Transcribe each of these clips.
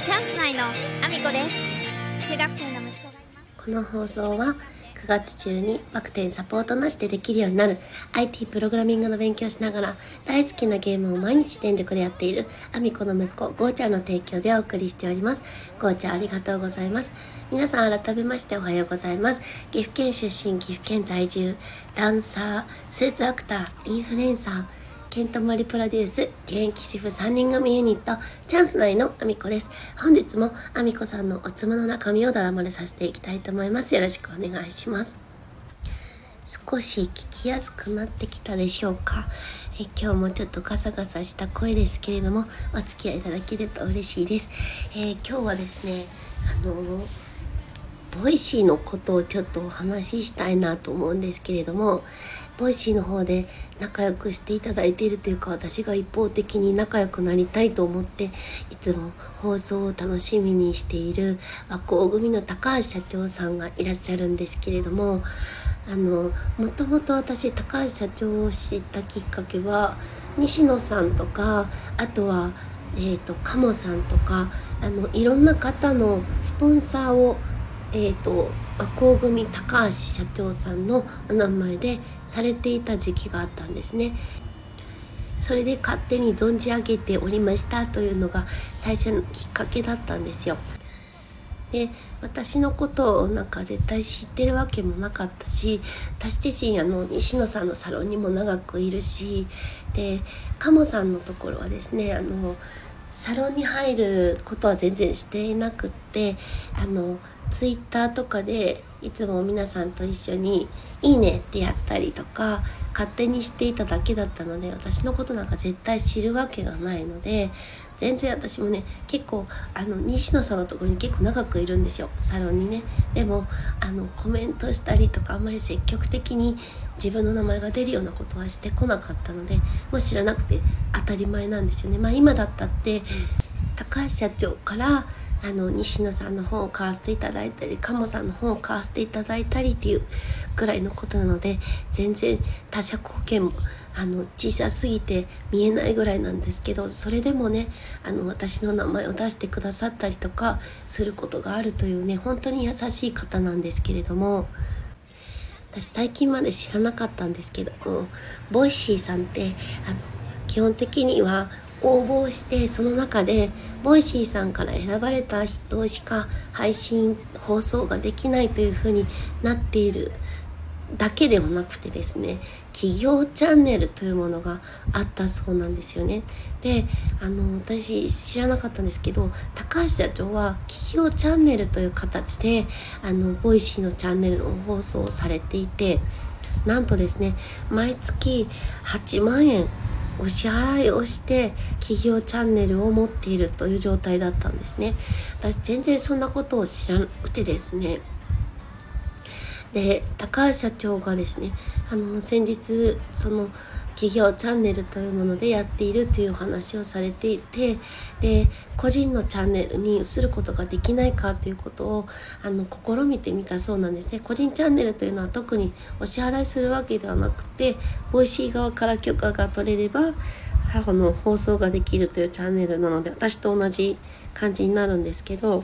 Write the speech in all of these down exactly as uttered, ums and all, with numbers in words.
チャンス内のアミコです。中学生の息子がいます。 この放送はくがつ中にバク転サポートなしでできるようになる アイティー プログラミングの勉強しながら大好きなゲームを毎日全力でやっているアミコの息子ゴーちゃんの提供でお送りしております。ゴーちゃんありがとうございます。皆さん改めましておはようございます。岐阜県出身、岐阜県在住、ダンサー、スーツアクター、インフルエンサー、ケントモリプロデュース、現役主婦さんにん組ユニット、チャンス内のアミコです。本日もアミコさんのおつむの中身をだだ漏れさせていきたいと思います。よろしくお願いします。少し聞きやすくなってきたでしょうか。え今日もちょっとガサガサした声ですけれども、お付き合いいただけると嬉しいです。えー、今日はですね、あのー、ボイシーのことをちょっとお話ししたいなと思うんですけれども、ボイシーの方で仲良くしていただいているというか、私が一方的に仲良くなりたいと思っていつも放送を楽しみにしている和光組の高橋社長さんがいらっしゃるんですけれども、あのもともと私高橋社長を知ったきっかけは西野さんとか、あとはえーと鴨さんとか、あのいろんな方のスポンサーをえーと和光組高橋社長さんのお名前でされていた時期があったんですね。それで勝手に存じ上げておりましたというのが最初のきっかけだったんですよ。で、私のことをなんか絶対知ってるわけもなかったし、私自身あの西野さんのサロンにも長くいるし、で鴨さんのところはですね、あのサロンに入ることは全然していなくって、あのツイッターとかでいつも皆さんと一緒にいいねってやったりとか勝手にしていただけだったので、私のことなんか絶対知るわけがないので、全然私もね結構あの西野さんのところに結構長くいるんですよ、サロンにね。でもあのコメントしたりとかあんまり積極的に自分の名前が出るようなことはしてこなかったので、もう知らなくて当たり前なんですよね。まあ今だったって高橋社長からあの西野さんの本を買わせていただいたり、鴨さんの本を買わせていただいたりっていうくらいのことなので、全然他者貢献もあの小さすぎて見えないぐらいなんですけど、それでもねあの私の名前を出してくださったりとかすることがあるというね、本当に優しい方なんですけれども、私最近まで知らなかったんですけども、ボイシーさんってあの基本的には応募して、その中でボイシーさんから選ばれた人しか配信放送ができないというふうになっているだけではなくてですね、企業チャンネルというものがあったそうなんですよね。で、あの私知らなかったんですけど、高橋社長は企業チャンネルという形であのボイシーのチャンネルの放送をされていて、なんとですね毎月はちまんえんお支払いをして企業チャンネルを持っているという状態だったんですね。私全然そんなことを知らなくてですね、で高橋社長がですねあの先日その企業チャンネルというものでやっているという話をされていて、で個人のチャンネルに移ることができないかということをあの試みてみたそうなんですね。個人チャンネルというのは特にお支払いするわけではなくて、ボイシー側から許可が取れれば母の放送ができるというチャンネルなので、私と同じ感じになるんですけど、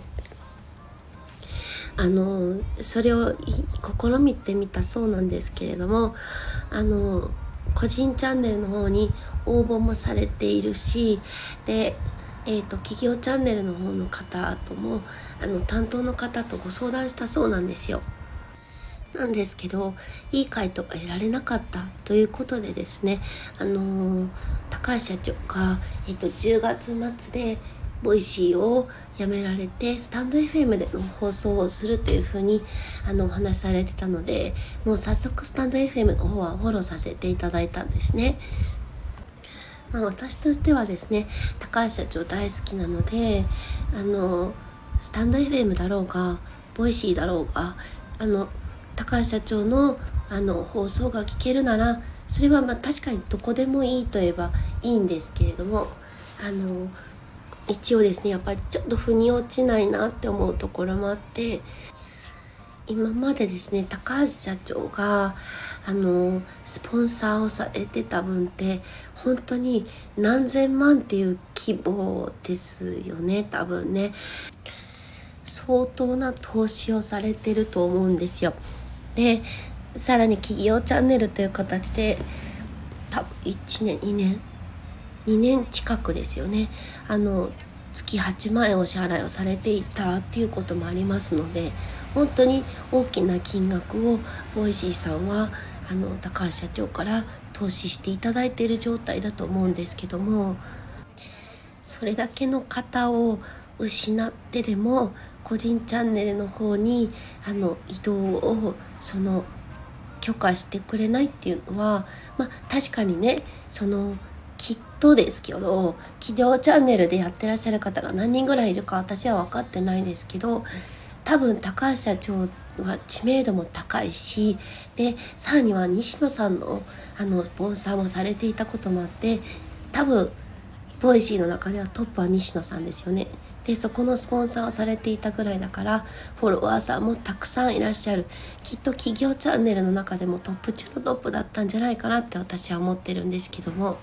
あのそれを試みてみたそうなんですけれども、あの個人チャンネルの方に応募もされているし、で、えーと、企業チャンネルの方の方ともあの担当の方とご相談したそうなんですよ。なんですけどいい回答が得られなかったということでですね、あの高橋社長が、えーと、じゅうがつ末でボイシーを辞められてスタンド エフエム での放送をするというふうにあのお話しされてたので、もう早速スタンド エフエム の方はフォローさせていただいたんですね。まあ、私としてはですね高橋社長大好きなので、あのスタンド エフエム だろうがボイシーだろうがあの高橋社長のあの放送が聞けるなら、それはまあ確かにどこでもいいと言えばいいんですけれども、あの一応ですねやっぱりちょっと腑に落ちないなって思うところもあって、 今までですね、高橋社長があのスポンサーをされてた分って本当に何千万っていう規模ですよね。多分ね、相当な投資をされてると思うんですよ。で、さらに企業チャンネルという形で多分いちねんにねんにねん近くですよね、あの月はちまんえんお支払いをされていたっていうこともありますので、本当に大きな金額をボイシーさんはあの高橋社長から投資していただいている状態だと思うんですけども、それだけの方を失ってでも個人チャンネルの方にあの移動をその許可してくれないっていうのは、まあ確かにね、そのきっとですけど企業チャンネルでやってらっしゃる方が何人ぐらいいるか私は分かってないですけど、多分高橋社長は知名度も高いし、でさらには西野さんのあのスポンサーもされていたこともあって、多分ボイシーの中ではトップは西野さんですよね。でそこのスポンサーをされていたぐらいだから、フォロワーさんもたくさんいらっしゃる、きっと企業チャンネルの中でもトップ中のトップだったんじゃないかなって私は思ってるんですけども、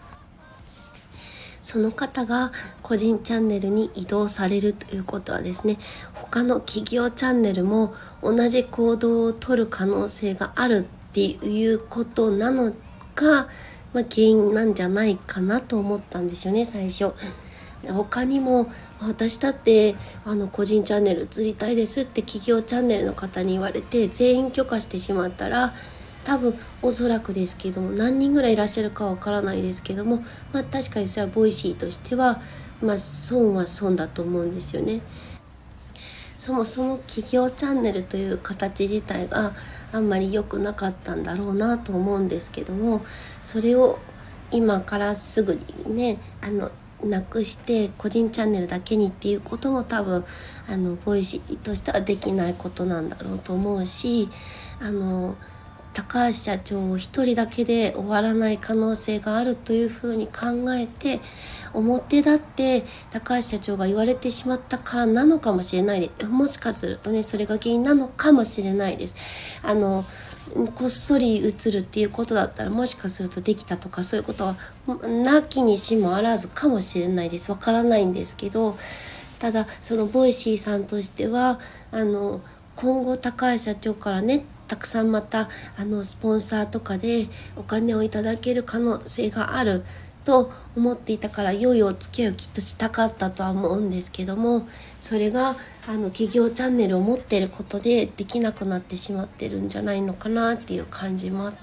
その方が個人チャンネルに移動されるということはですね、他の企業チャンネルも同じ行動を取る可能性があるっていうことなのが、まあ、原因なんじゃないかなと思ったんですよね、最初。他にも私だってあの個人チャンネル移りたいですって企業チャンネルの方に言われて全員許可してしまったら、多分おそらくですけども何人ぐらいいらっしゃるかわからないですけども、まあ確かにそれはボイシーとしてはまあ損は損だと思うんですよね。そもそも企業チャンネルという形自体があんまり良くなかったんだろうなと思うんですけども、それを今からすぐにねあのなくして個人チャンネルだけにっていうことも多分あのボイシーとしてはできないことなんだろうと思うし、あの高橋社長一人だけで終わらない可能性があるというふうに考えて、表立って高橋社長が言われてしまったからなのかもしれないで、もしかするとねそれが原因なのかもしれないです。あのこっそり映るっていうことだったらもしかするとできたとかそういうことはなきにしもあらずかもしれないです。わからないんですけど、ただそのボイシーさんとしてはあの今後高橋社長からねたくさんまたあのスポンサーとかでお金をいただける可能性があると思っていたから、良いお付き合いをきっとしたかったとは思うんですけども、それがあの企業チャンネルを持っていることでできなくなってしまってるんじゃないのかなっていう感じもあって、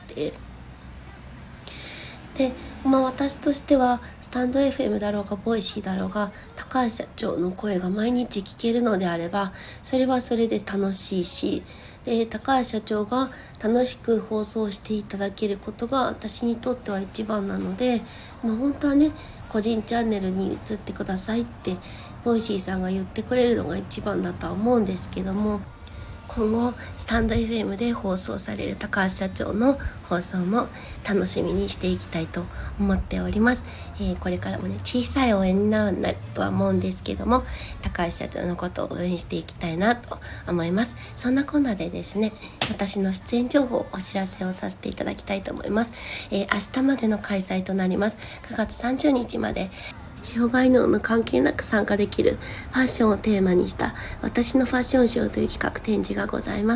で、まあ、私としてはスタンド エフエム だろうがボイシーだろうが高橋社長の声が毎日聞けるのであればそれはそれで楽しいし、で高橋社長が楽しく放送していただけることが私にとっては一番なので、まあ、本当はね個人チャンネルに移ってくださいってボイシーさんが言ってくれるのが一番だとは思うんですけども、今後スタンド エフエム で放送される高橋社長の放送も楽しみにしていきたいと思っております。えー、これからもね小さい応援になるとは思うんですけども、高橋社長のことを応援していきたいなと思います。そんなこんなでですね、私の出演情報をお知らせをさせていただきたいと思います。えー、明日までの開催となります。くがつさんじゅうにちまで障害の有無関係なく参加できるファッションをテーマにした私のファッションショーという企画展示がございます。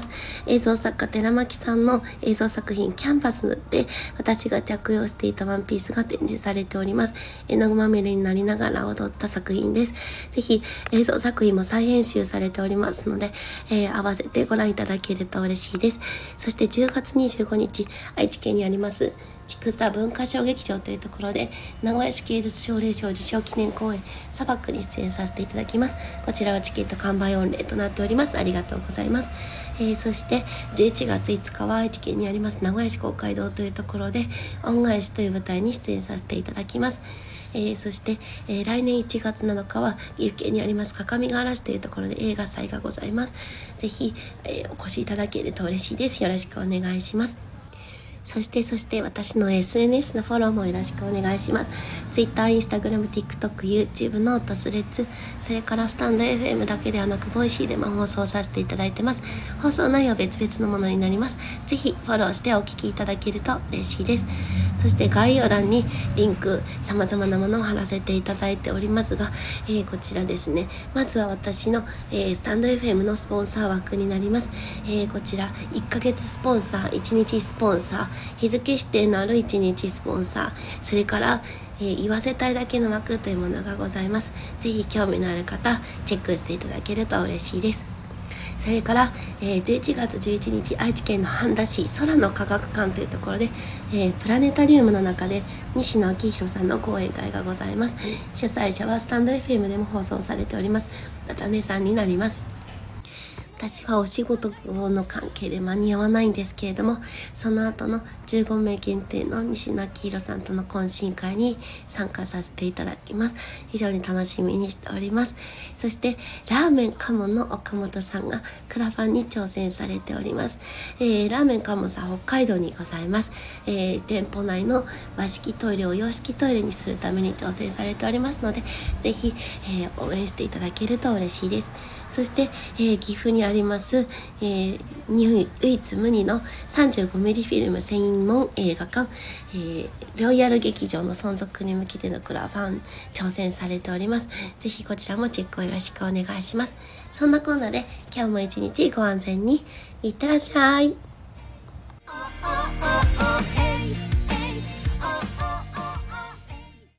映像作家寺巻さんの映像作品キャンバスで私が着用していたワンピースが展示されております。絵の具まみれになりながら踊った作品です。ぜひ映像作品も再編集されておりますので、えー、合わせてご覧いただけると嬉しいです。そしてじゅうがつにじゅうごにち愛知県にあります千種文化小劇場というところで名古屋市芸術奨励賞受賞記念公演サバックに出演させていただきます。こちらはチケット完売御礼となっております。ありがとうございます。えー、そしてじゅういちがついつかは愛知県にあります名古屋市公会堂というところで恩返しという舞台に出演させていただきます。えー、そして、えー、来年いちがつなのかは岐阜県にあります各務原市というところで映画祭がございます。ぜひ、えー、お越しいただけると嬉しいです。よろしくお願いします。 そしてそして私の エスエヌエス のフォローもよろしくお願いします。 Twitter、Instagram、TikTok、YouTube、ノート、スレッズ、それからスタンド エフエム だけではなくボイシーでも放送させていただいてます。放送内容は別々のものになります。ぜひフォローしてお聞きいただけると嬉しいです。そして概要欄にリンク、様々なものを貼らせていただいておりますが、えー、こちらですね、まずは私の、えー、スタンド エフエム のスポンサー枠になります。えー、こちらいっかげつスポンサー、いちにちスポンサー、日付指定のあるいちにちスポンサー、それから、えー、言わせたいだけの枠というものがございます。ぜひ興味のある方チェックしていただけると嬉しいです。それから、えー、じゅういちがつじゅういちにち愛知県の半田市空の科学館というところで、えー、プラネタリウムの中で西野昭弘さんの講演会がございます。主催者はスタンド エフエム でも放送されておりますたたねさんになります。私はお仕事の関係で間に合わないんですけれども、その後のじゅうごめい限定の西野昭弘さんとの懇親会に参加させていただきます。非常に楽しみにしております。そしてラーメンカモの岡本さんがクラファンに挑戦されております。えー、ラーメンカモさん北海道にございます。えー、店舗内の和式トイレを洋式トイレにするために挑戦されておりますので、ぜひ、えー、応援していただけると嬉しいです。そして、えー、岐阜にあります、えー、日本唯一無二の さんじゅうごミリ フィルム専門映画館、えー、ロイヤル劇場の存続に向けてのクラファン挑戦されております。ぜひこちらもチェックをよろしくお願いします。そんなこんなで今日も一日ご安全にいってらっしゃい。